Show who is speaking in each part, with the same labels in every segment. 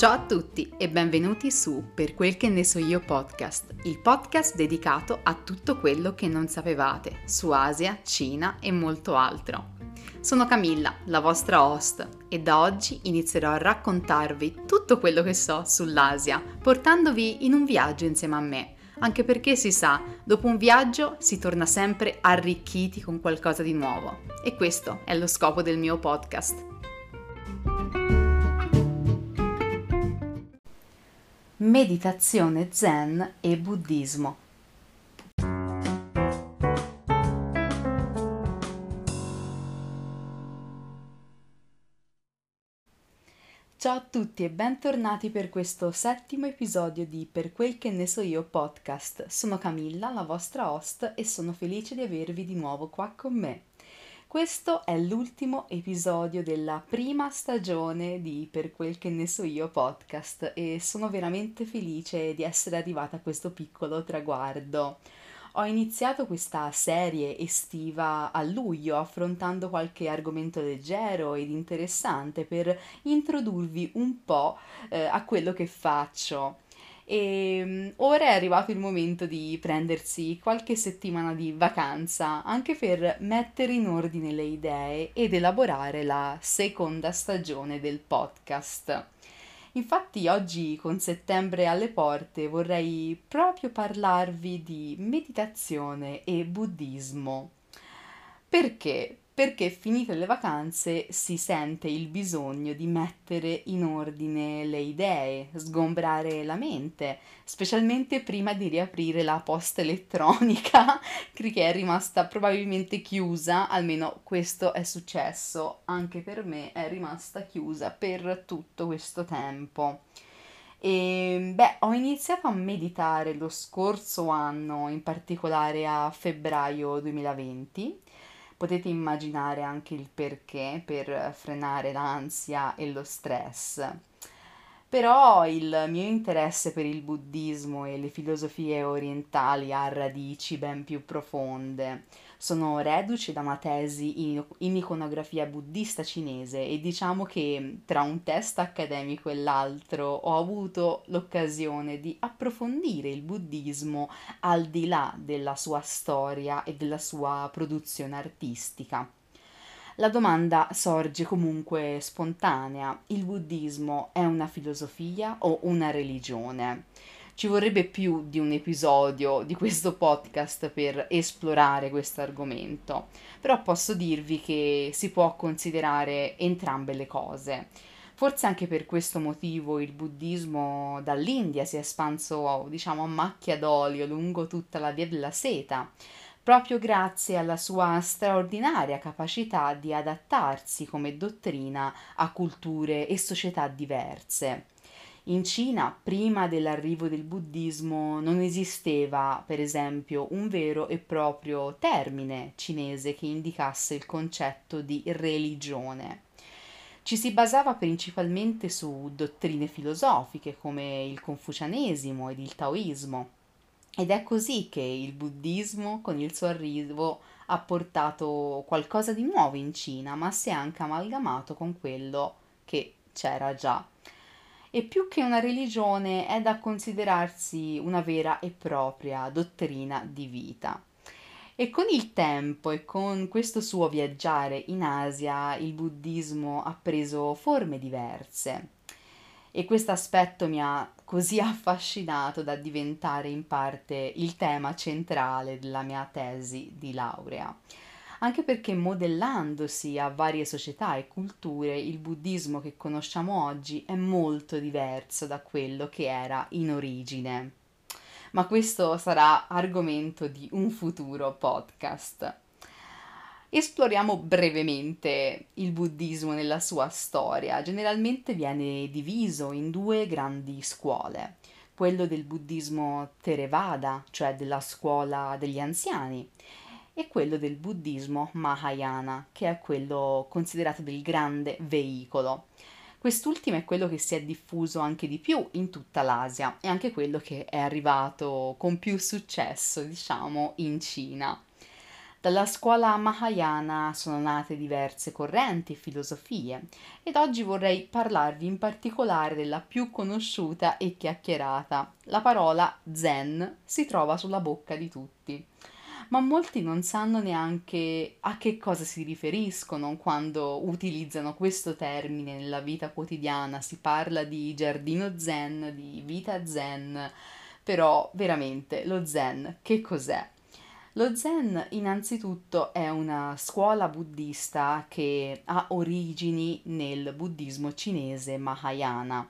Speaker 1: Ciao a tutti e benvenuti su Per quel che ne so io podcast, il podcast dedicato a tutto quello che non sapevate su Asia, Cina e molto altro. Sono Camilla, la vostra host, e da oggi inizierò a raccontarvi tutto quello che so sull'Asia, portandovi in un viaggio insieme a me, anche perché si sa, dopo un viaggio si torna sempre arricchiti con qualcosa di nuovo. E questo è lo scopo del mio podcast. Meditazione zen e buddismo. Ciao a tutti e bentornati per questo settimo episodio di Per quel che ne so io podcast. Sono Camilla, la vostra host, e sono felice di avervi di nuovo qua con me. Questo è l'ultimo episodio della prima stagione di Per quel che ne so io podcast e sono veramente felice di essere arrivata a questo piccolo traguardo. Ho iniziato questa serie estiva a luglio affrontando qualche argomento leggero ed interessante per introdurvi un po' a quello che faccio. E ora è arrivato il momento di prendersi qualche settimana di vacanza anche per mettere in ordine le idee ed elaborare la seconda stagione del podcast. Infatti oggi con settembre alle porte vorrei proprio parlarvi di meditazione e buddismo. Perché? Perché finite le vacanze si sente il bisogno di mettere in ordine le idee, sgombrare la mente, specialmente prima di riaprire la posta elettronica che è rimasta probabilmente chiusa, almeno questo è successo anche per me, è rimasta chiusa per tutto questo tempo. Ho iniziato a meditare lo scorso anno, in particolare a febbraio 2020. Potete immaginare anche il perché per frenare l'ansia e lo stress. Però il mio interesse per il buddismo e le filosofie orientali ha radici ben più profonde. Sono reduce da una tesi in iconografia buddista cinese e diciamo che tra un test accademico e l'altro ho avuto l'occasione di approfondire il buddismo al di là della sua storia e della sua produzione artistica. La domanda sorge comunque spontanea: il buddismo è una filosofia o una religione? Ci vorrebbe più di un episodio di questo podcast per esplorare questo argomento, però posso dirvi che si può considerare entrambe le cose. Forse anche per questo motivo il buddismo dall'India si è espanso, diciamo, a macchia d'olio lungo tutta la via della seta, proprio grazie alla sua straordinaria capacità di adattarsi come dottrina a culture e società diverse. In Cina, prima dell'arrivo del buddismo, non esisteva, per esempio, un vero e proprio termine cinese che indicasse il concetto di religione. Ci si basava principalmente su dottrine filosofiche come il confucianesimo ed il taoismo. Ed è così che il buddismo, con il suo arrivo, ha portato qualcosa di nuovo in Cina, ma si è anche amalgamato con quello che c'era già. E più che una religione è da considerarsi una vera e propria dottrina di vita. E con il tempo e con questo suo viaggiare in Asia, il buddismo ha preso forme diverse. E questo aspetto mi ha così affascinato da diventare in parte il tema centrale della mia tesi di laurea. Anche perché modellandosi a varie società e culture, il buddismo che conosciamo oggi è molto diverso da quello che era in origine. Ma questo sarà argomento di un futuro podcast. Esploriamo brevemente il buddismo nella sua storia. Generalmente viene diviso in due grandi scuole, quello del buddismo Theravada, cioè della scuola degli anziani, e quello del buddismo Mahayana, che è quello considerato del grande veicolo. Quest'ultimo è quello che si è diffuso anche di più in tutta l'Asia e anche quello che è arrivato con più successo, diciamo, in Cina. Dalla scuola Mahayana sono nate diverse correnti e filosofie ed oggi vorrei parlarvi in particolare della più conosciuta e chiacchierata. La parola Zen si trova sulla bocca di tutti, ma molti non sanno neanche a che cosa si riferiscono quando utilizzano questo termine nella vita quotidiana. Si parla di giardino zen, di vita zen, però veramente lo zen che cos'è? Lo Zen innanzitutto è una scuola buddista che ha origini nel buddismo cinese Mahayana,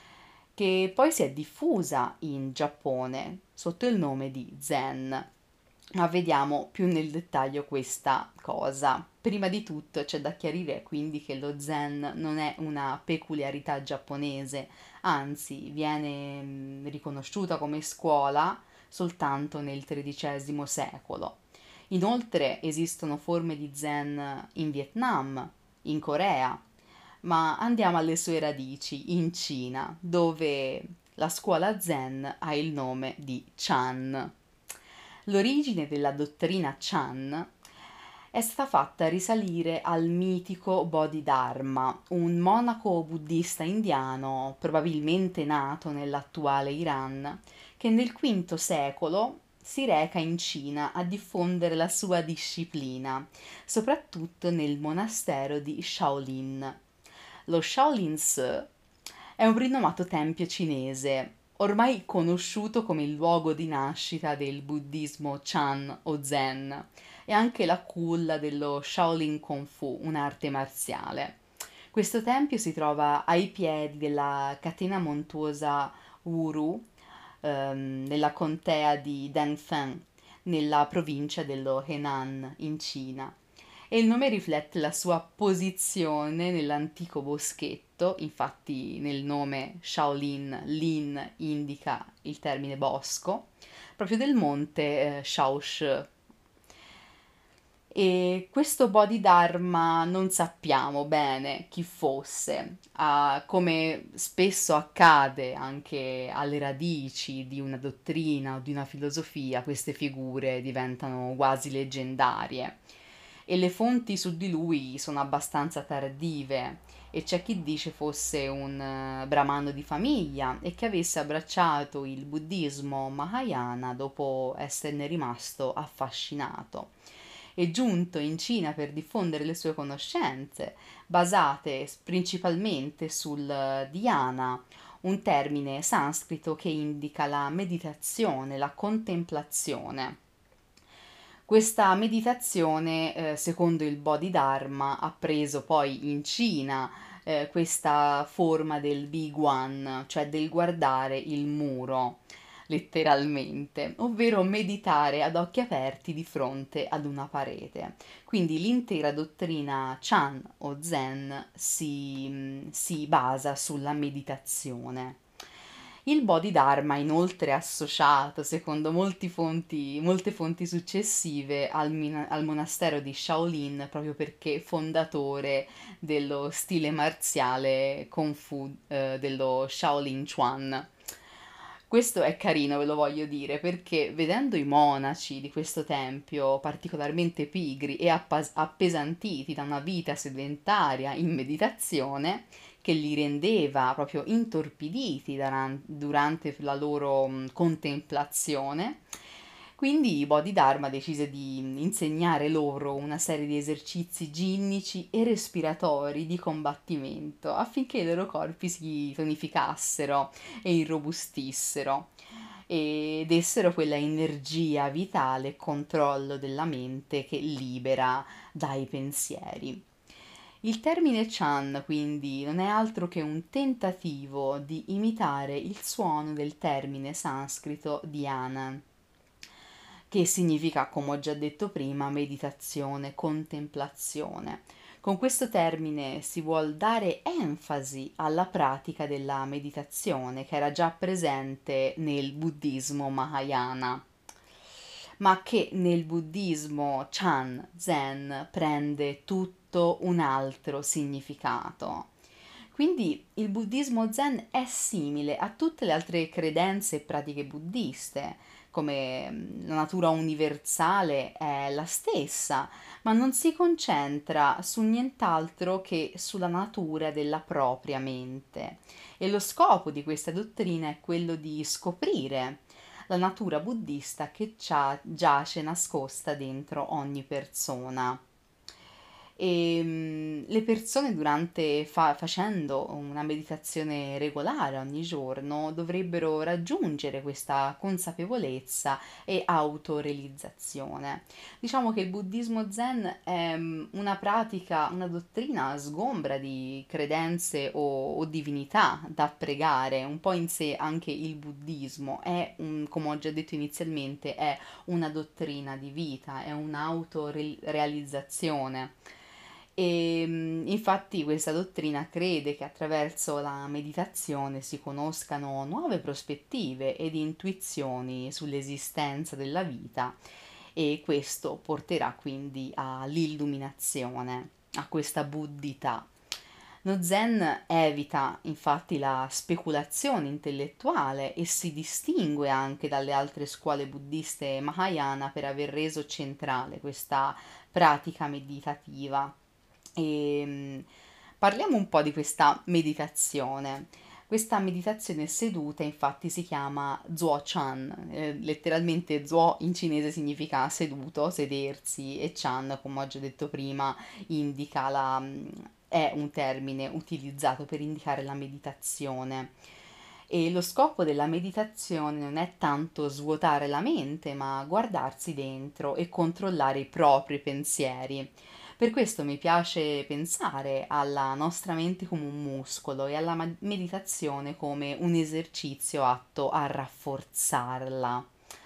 Speaker 1: che poi si è diffusa in Giappone sotto il nome di Zen. Ma vediamo più nel dettaglio questa cosa. Prima di tutto c'è da chiarire quindi che lo Zen non è una peculiarità giapponese, anzi viene riconosciuta come scuola soltanto nel XIII secolo. Inoltre esistono forme di Zen in Vietnam, in Corea, ma andiamo alle sue radici, in Cina, dove la scuola Zen ha il nome di Chan. L'origine della dottrina Chan è stata fatta risalire al mitico Bodhidharma, un monaco buddista indiano, probabilmente nato nell'attuale Iran, che nel V secolo si reca in Cina a diffondere la sua disciplina, soprattutto nel monastero di Shaolin. Lo Shaolin Se è un rinomato tempio cinese, ormai conosciuto come il luogo di nascita del buddismo Chan o Zen, e anche la culla dello Shaolin Kung Fu, un'arte marziale. Questo tempio si trova ai piedi della catena montuosa Wuru, nella contea di Dengfeng, nella provincia dello Henan, in Cina. E il nome riflette la sua posizione nell'antico boschetto, infatti nel nome Shaolin, Lin indica il termine bosco, proprio del monte Shaoshi. E questo Bodhidharma non sappiamo bene chi fosse. Come spesso accade anche alle radici di una dottrina o di una filosofia, queste figure diventano quasi leggendarie e le fonti su di lui sono abbastanza tardive, e c'è chi dice fosse un brahmano di famiglia e che avesse abbracciato il buddismo Mahayana dopo esserne rimasto affascinato. È giunto in Cina per diffondere le sue conoscenze, basate principalmente sul dhyana, un termine sanscrito che indica la meditazione, la contemplazione. Questa meditazione, secondo il Bodhidharma, ha preso poi in Cina questa forma del Biguan, cioè del guardare il muro, letteralmente, ovvero meditare ad occhi aperti di fronte ad una parete. Quindi l'intera dottrina Chan o Zen si basa sulla meditazione. Il Bodhidharma inoltre è associato, secondo molte fonti successive, al monastero di Shaolin proprio perché fondatore dello stile marziale Kung Fu dello Shaolin Chuan. Questo è carino, ve lo voglio dire, perché vedendo i monaci di questo tempio particolarmente pigri e appesantiti da una vita sedentaria in meditazione, che li rendeva proprio intorpiditi durante la loro contemplazione, quindi Bodhidharma decise di insegnare loro una serie di esercizi ginnici e respiratori di combattimento affinché i loro corpi si tonificassero e irrobustissero e dessero quella energia vitale e controllo della mente che libera dai pensieri. Il termine Chan, quindi, non è altro che un tentativo di imitare il suono del termine sanscrito dhyana, che significa, come ho già detto prima, meditazione, contemplazione. Con questo termine si vuol dare enfasi alla pratica della meditazione che era già presente nel buddismo Mahayana, ma che nel buddismo Chan Zen prende tutto un altro significato. Quindi il buddismo zen è simile a tutte le altre credenze e pratiche buddiste, come la natura universale è la stessa, ma non si concentra su nient'altro che sulla natura della propria mente. E lo scopo di questa dottrina è quello di scoprire la natura buddista che giace nascosta dentro ogni persona. E le persone facendo una meditazione regolare ogni giorno dovrebbero raggiungere questa consapevolezza e autorealizzazione. Diciamo che il buddismo zen è una pratica, una dottrina sgombra di credenze o divinità da pregare, un po' in sé anche il buddismo è, come ho già detto inizialmente, è una dottrina di vita, è un'autorealizzazione. E infatti questa dottrina crede che attraverso la meditazione si conoscano nuove prospettive ed intuizioni sull'esistenza della vita e questo porterà quindi all'illuminazione, a questa buddhità. Lo Zen evita infatti la speculazione intellettuale e si distingue anche dalle altre scuole buddiste Mahayana per aver reso centrale questa pratica meditativa. E parliamo un po' di questa meditazione. Questa meditazione seduta infatti si chiama Zuo Chan, letteralmente Zuo in cinese significa seduto, sedersi e Chan, come ho già detto prima, indica è un termine utilizzato per indicare la meditazione. E lo scopo della meditazione non è tanto svuotare la mente, ma guardarsi dentro e controllare i propri pensieri. Per questo mi piace pensare alla nostra mente come un muscolo e alla meditazione come un esercizio atto a rafforzarla.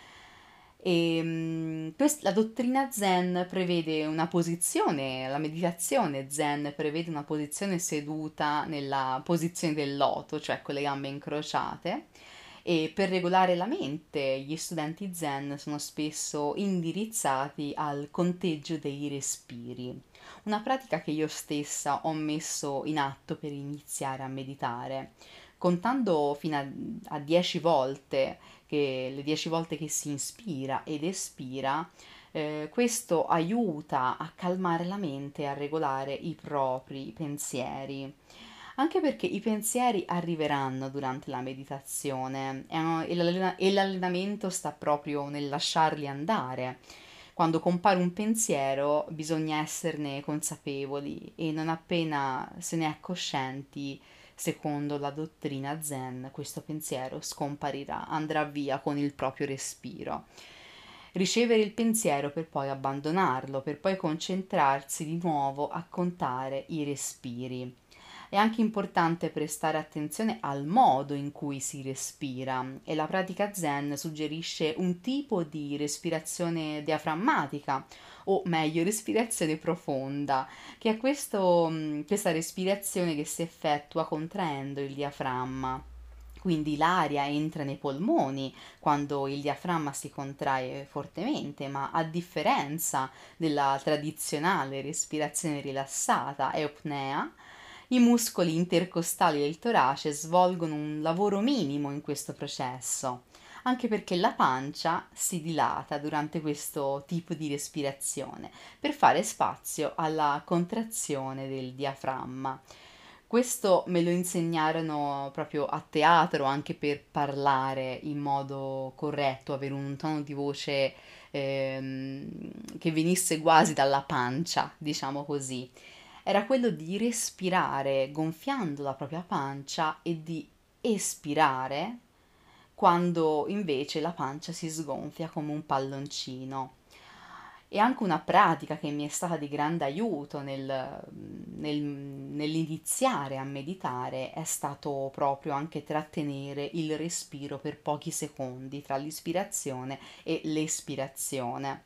Speaker 1: La dottrina Zen prevede una posizione, la meditazione Zen prevede una posizione seduta nella posizione del loto, cioè con le gambe incrociate, e per regolare la mente gli studenti Zen sono spesso indirizzati al conteggio dei respiri, una pratica che io stessa ho messo in atto per iniziare a meditare, contando fino a 10 volte le 10 volte che si inspira ed espira, questo aiuta a calmare la mente e a regolare i propri pensieri. Anche perché i pensieri arriveranno durante la meditazione e l'allenamento sta proprio nel lasciarli andare. Quando compare un pensiero bisogna esserne consapevoli e non appena se ne è coscienti, secondo la dottrina Zen, questo pensiero scomparirà, andrà via con il proprio respiro. Ricevere il pensiero per poi abbandonarlo, per poi concentrarsi di nuovo a contare i respiri. È anche importante prestare attenzione al modo in cui si respira e la pratica Zen suggerisce un tipo di respirazione diaframmatica o meglio respirazione profonda, che è questa respirazione che si effettua contraendo il diaframma. Quindi l'aria entra nei polmoni quando il diaframma si contrae fortemente, ma a differenza della tradizionale respirazione rilassata, eupnea, i muscoli intercostali del torace svolgono un lavoro minimo in questo processo, anche perché la pancia si dilata durante questo tipo di respirazione per fare spazio alla contrazione del diaframma. Questo me lo insegnarono proprio a teatro, anche per parlare in modo corretto, avere un tono di voce che venisse quasi dalla pancia, diciamo così. Era quello di respirare gonfiando la propria pancia e di espirare quando invece la pancia si sgonfia come un palloncino. E anche una pratica che mi è stata di grande aiuto nell'iniziare a meditare è stato proprio anche trattenere il respiro per pochi secondi tra l'ispirazione e l'espirazione.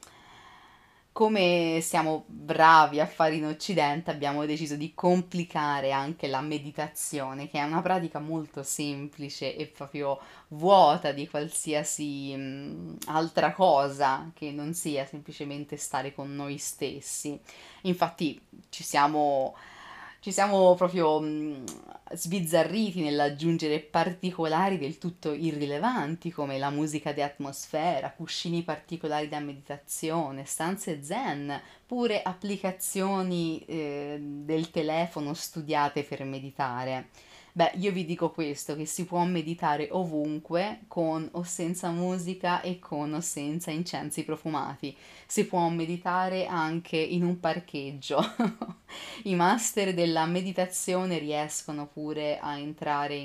Speaker 1: Come siamo bravi a fare in Occidente, abbiamo deciso di complicare anche la meditazione, che è una pratica molto semplice e proprio vuota di qualsiasi altra cosa che non sia semplicemente stare con noi stessi. Infatti ci siamo ci siamo proprio sbizzarriti nell'aggiungere particolari del tutto irrilevanti come la musica di atmosfera, cuscini particolari da meditazione, stanze zen, pure applicazioni del telefono studiate per meditare. Beh, io vi dico questo, che si può meditare ovunque, con o senza musica e con o senza incensi profumati. Si può meditare anche in un parcheggio. I master della meditazione riescono pure a entrare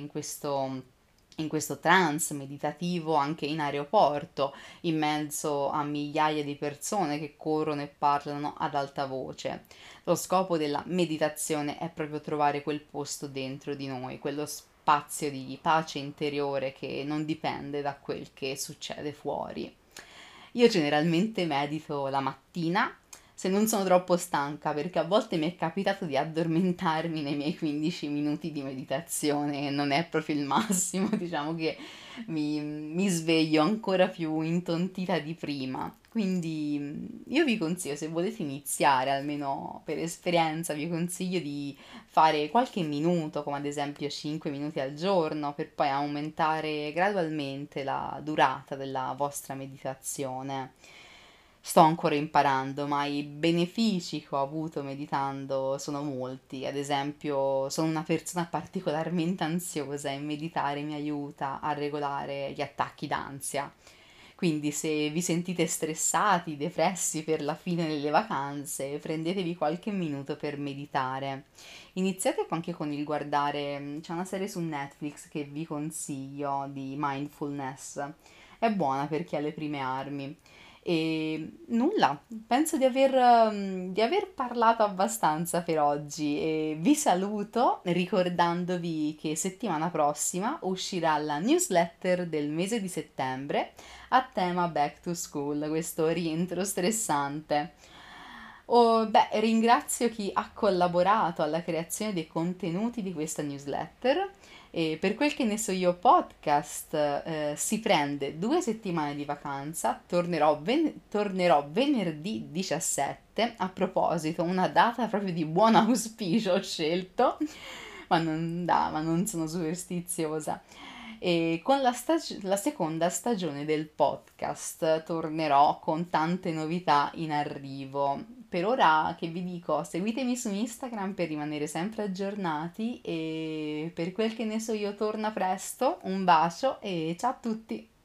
Speaker 1: in questo trance meditativo anche in aeroporto, in mezzo a migliaia di persone che corrono e parlano ad alta voce. Lo scopo della meditazione è proprio trovare quel posto dentro di noi, quello spazio di pace interiore che non dipende da quel che succede fuori. Io generalmente medito la mattina, se non sono troppo stanca, perché a volte mi è capitato di addormentarmi nei miei 15 minuti di meditazione e non è proprio il massimo, diciamo che mi sveglio ancora più intontita di prima. Quindi io vi consiglio, se volete iniziare, almeno per esperienza, vi consiglio di fare qualche minuto, come ad esempio 5 minuti al giorno, per poi aumentare gradualmente la durata della vostra meditazione. Sto ancora imparando, ma i benefici che ho avuto meditando sono molti. Ad esempio, sono una persona particolarmente ansiosa e meditare mi aiuta a regolare gli attacchi d'ansia. Quindi se vi sentite stressati, depressi per la fine delle vacanze, prendetevi qualche minuto per meditare. Iniziate anche con il guardare, c'è una serie su Netflix che vi consiglio di mindfulness. È buona per chi ha le prime armi. E nulla, penso di aver parlato abbastanza per oggi e vi saluto ricordandovi che settimana prossima uscirà la newsletter del mese di settembre a tema Back to School, questo rientro stressante. Oh, beh, ringrazio chi ha collaborato alla creazione dei contenuti di questa newsletter e per quel che ne so io podcast si prende 2 settimane di vacanza, tornerò venerdì 17, a proposito, una data proprio di buon auspicio ho scelto, ma non sono superstiziosa. E con la seconda stagione del podcast tornerò con tante novità in arrivo. Per ora che vi dico, seguitemi su Instagram per rimanere sempre aggiornati e per quel che ne so io torna presto. Un bacio e ciao a tutti!